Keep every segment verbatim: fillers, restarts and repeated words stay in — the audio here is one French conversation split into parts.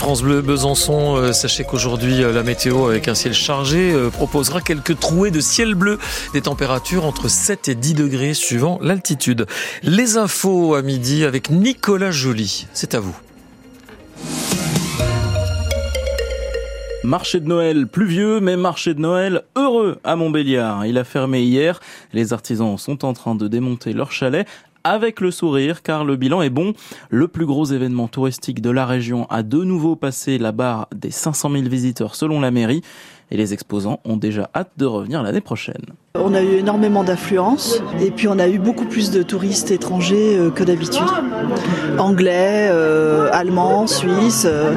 France Bleu Besançon, euh, sachez qu'aujourd'hui euh, la météo avec un ciel chargé euh, proposera quelques trouées de ciel bleu, des températures entre sept et dix degrés suivant l'altitude. Les infos à midi avec Nicolas Joly, c'est à vous. Marché de Noël pluvieux, mais marché de Noël heureux à Montbéliard. Il a fermé hier. Les artisans sont en train de démonter leur chalet avec le sourire, car le bilan est bon. Le plus gros événement touristique de la région a de nouveau passé la barre des cinq cent mille visiteurs selon la mairie. Et les exposants ont déjà hâte de revenir l'année prochaine. On a eu énormément d'affluence et puis on a eu beaucoup plus de touristes étrangers que d'habitude. Anglais, euh, allemands, suisses. Euh,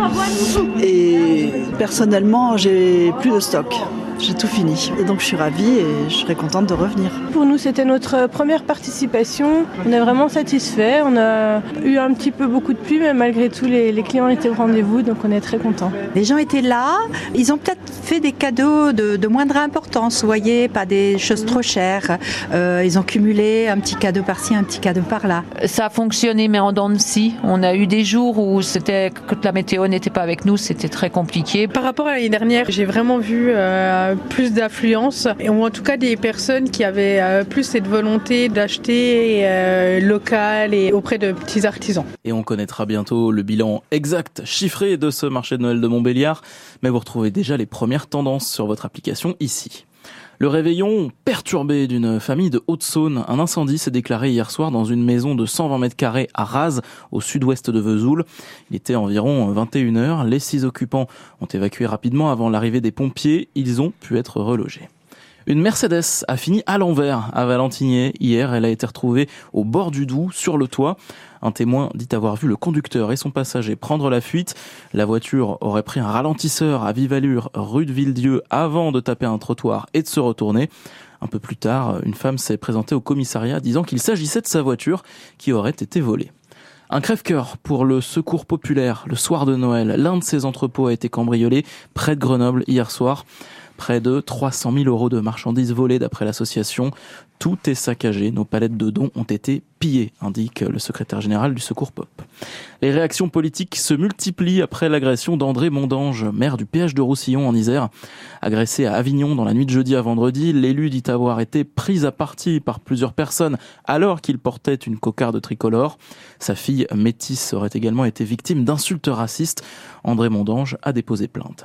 et personnellement, j'ai plus de stock. J'ai tout fini. Et donc je suis ravie et je serais contente de revenir. Pour nous, c'était notre première participation. On est vraiment satisfaits. On a eu un petit peu beaucoup de pluie, mais malgré tout, les, les clients étaient au rendez-vous, donc on est très contents. Les gens étaient là. Ils ont peut-être fait des cadeaux de, de moindre importance, vous voyez, pas des choses trop chères. Euh, ils ont cumulé un petit cadeau par-ci, un petit cadeau par-là. Ça a fonctionné, mais en dents de scie. On a eu des jours où c'était, quand la météo n'était pas avec nous, c'était très compliqué. Par rapport à l'année dernière, j'ai vraiment vu euh, plus d'affluence, ou en tout cas des personnes qui avaient euh, plus cette volonté d'acheter euh, local et auprès de petits artisans. Et on connaîtra bientôt le bilan exact, chiffré de ce marché de Noël de Montbéliard, mais vous retrouvez déjà les premières tendances sur votre application ici. Le réveillon perturbé d'une famille de Haute-Saône. Un incendie s'est déclaré hier soir dans une maison de cent vingt mètres carrés à Raz, au sud-ouest de Vesoul. Il était environ vingt et une heures. Les six occupants ont évacué rapidement avant l'arrivée des pompiers. Ils ont pu être relogés. Une Mercedes a fini à l'envers à Valentinier. Hier, elle a été retrouvée au bord du Doubs, sur le toit. Un témoin dit avoir vu le conducteur et son passager prendre la fuite. La voiture aurait pris un ralentisseur à vive allure rue de Villedieu avant de taper un trottoir et de se retourner. Un peu plus tard, une femme s'est présentée au commissariat disant qu'il s'agissait de sa voiture qui aurait été volée. Un crève-cœur pour le Secours Populaire. Le soir de Noël, l'un de ses entrepôts a été cambriolé près de Grenoble hier soir. Près de trois cent mille euros de marchandises volées d'après l'association. Tout est saccagé. Nos palettes de dons ont été pillées, indique le secrétaire général du Secours Pop. Les réactions politiques se multiplient après l'agression d'André Mondange, maire du péage de Roussillon en Isère. Agressé à Avignon dans la nuit de jeudi à vendredi, l'élu dit avoir été pris à partie par plusieurs personnes alors qu'il portait une cocarde tricolore. Sa fille métisse aurait également été victime d'insultes racistes. André Mondange a déposé plainte.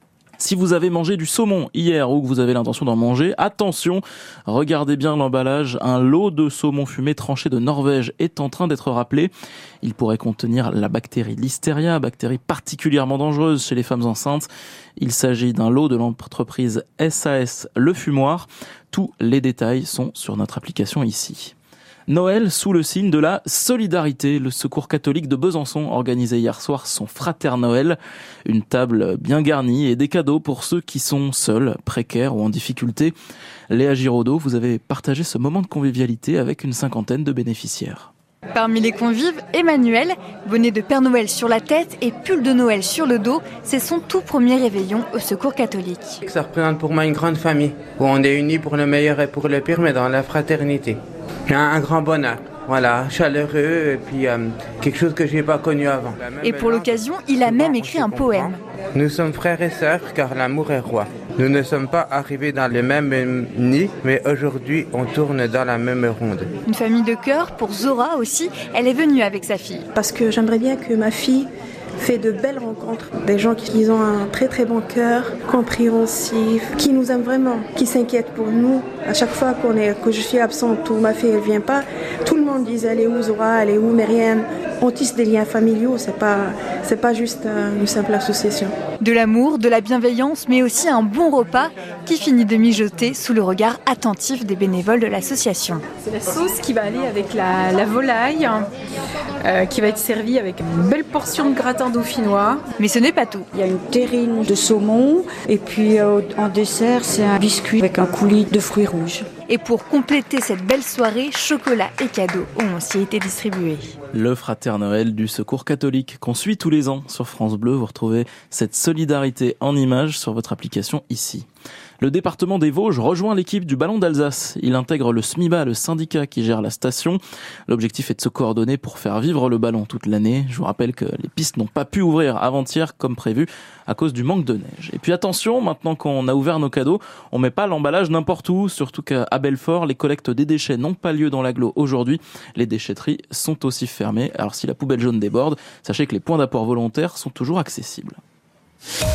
Si vous avez mangé du saumon hier ou que vous avez l'intention d'en manger, attention, regardez bien l'emballage. Un lot de saumon fumé tranché de Norvège est en train d'être rappelé. Il pourrait contenir la bactérie Listeria, bactérie particulièrement dangereuse chez les femmes enceintes. Il s'agit d'un lot de l'entreprise S A S Le Fumoir. Tous les détails sont sur notre application ici. Noël sous le signe de la solidarité. Le Secours catholique de Besançon organisait hier soir son Frater Noël. Une table bien garnie et des cadeaux pour ceux qui sont seuls, précaires ou en difficulté. Léa Giraudot, vous avez partagé ce moment de convivialité avec une cinquantaine de bénéficiaires. Parmi les convives, Emmanuel, bonnet de Père Noël sur la tête et pull de Noël sur le dos, c'est son tout premier réveillon au Secours catholique. Ça représente pour moi une grande famille, où on est unis pour le meilleur et pour le pire, mais dans la fraternité. Un, un grand bonheur, voilà, chaleureux, et puis euh, quelque chose que je n'ai pas connu avant. Et pour l'occasion, il a même écrit un poème. Nous sommes frères et sœurs, car l'amour est roi. Nous ne sommes pas arrivés dans le même nid, mais aujourd'hui, on tourne dans la même ronde. Une famille de cœur pour Zora aussi, elle est venue avec sa fille. Parce que j'aimerais bien que ma fille fait de belles rencontres, des gens qui ont un très très bon cœur, compréhensif, qui nous aiment vraiment, qui s'inquiètent pour nous. À chaque fois qu'on est, que je suis absente ou ma fille ne vient pas, tout le monde dit elle est où Zora, elle est où Myriam. On tisse des liens familiaux, c'est pas, c'est pas juste une simple association. De l'amour, de la bienveillance, mais aussi un bon repas qui finit de mijoter sous le regard attentif des bénévoles de l'association. C'est la sauce qui va aller avec la, la volaille, euh, qui va être servie avec une belle portion de gratin dauphinois. Mais ce n'est pas tout. Il y a une terrine de saumon et puis euh, en dessert, c'est un biscuit avec un coulis de fruits rouges. Et pour compléter cette belle soirée, chocolat et cadeaux ont aussi été distribués. Le Frater Noël du Secours catholique qu'on suit tous les ans sur France Bleu. Vous retrouvez cette solidarité en images sur votre application ici. Le département des Vosges rejoint l'équipe du Ballon d'Alsace. Il intègre le SMIBA, le syndicat qui gère la station. L'objectif est de se coordonner pour faire vivre le ballon toute l'année. Je vous rappelle que les pistes n'ont pas pu ouvrir avant-hier comme prévu à cause du manque de neige. Et puis attention, maintenant qu'on a ouvert nos cadeaux, on met pas l'emballage n'importe où, surtout qu'à Belfort, les collectes des déchets n'ont pas lieu dans l'agglo aujourd'hui. Les déchetteries sont aussi fermées. Alors si la poubelle jaune déborde, sachez que les points d'apport volontaires sont toujours accessibles.